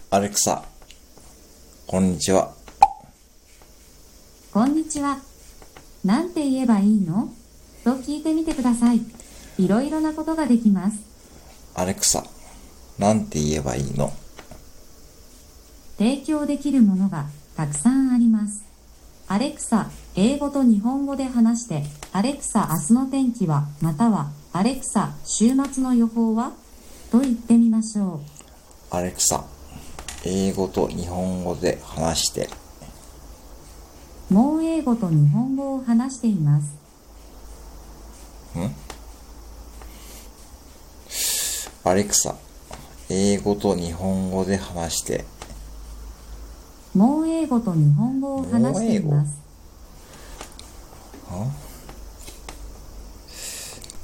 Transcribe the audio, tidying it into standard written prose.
アレクサ、こんにちは。 こんにちは。なんて言えばいいの？と聞いてみてください。いろいろなことができます。 アレクサ、なんて言えばいいの？ 提供できるものがたくさんあります。アレクサ、英語と日本語で話して、アレクサ、明日の天気は、または、アレクサ、週末の予報は？と言ってみましょう。アレクサ、英語と日本語で話して。 もう英語と日本語を話しています。 アレクサ、英語と日本語で話して。 もう英語と日本語を話しています。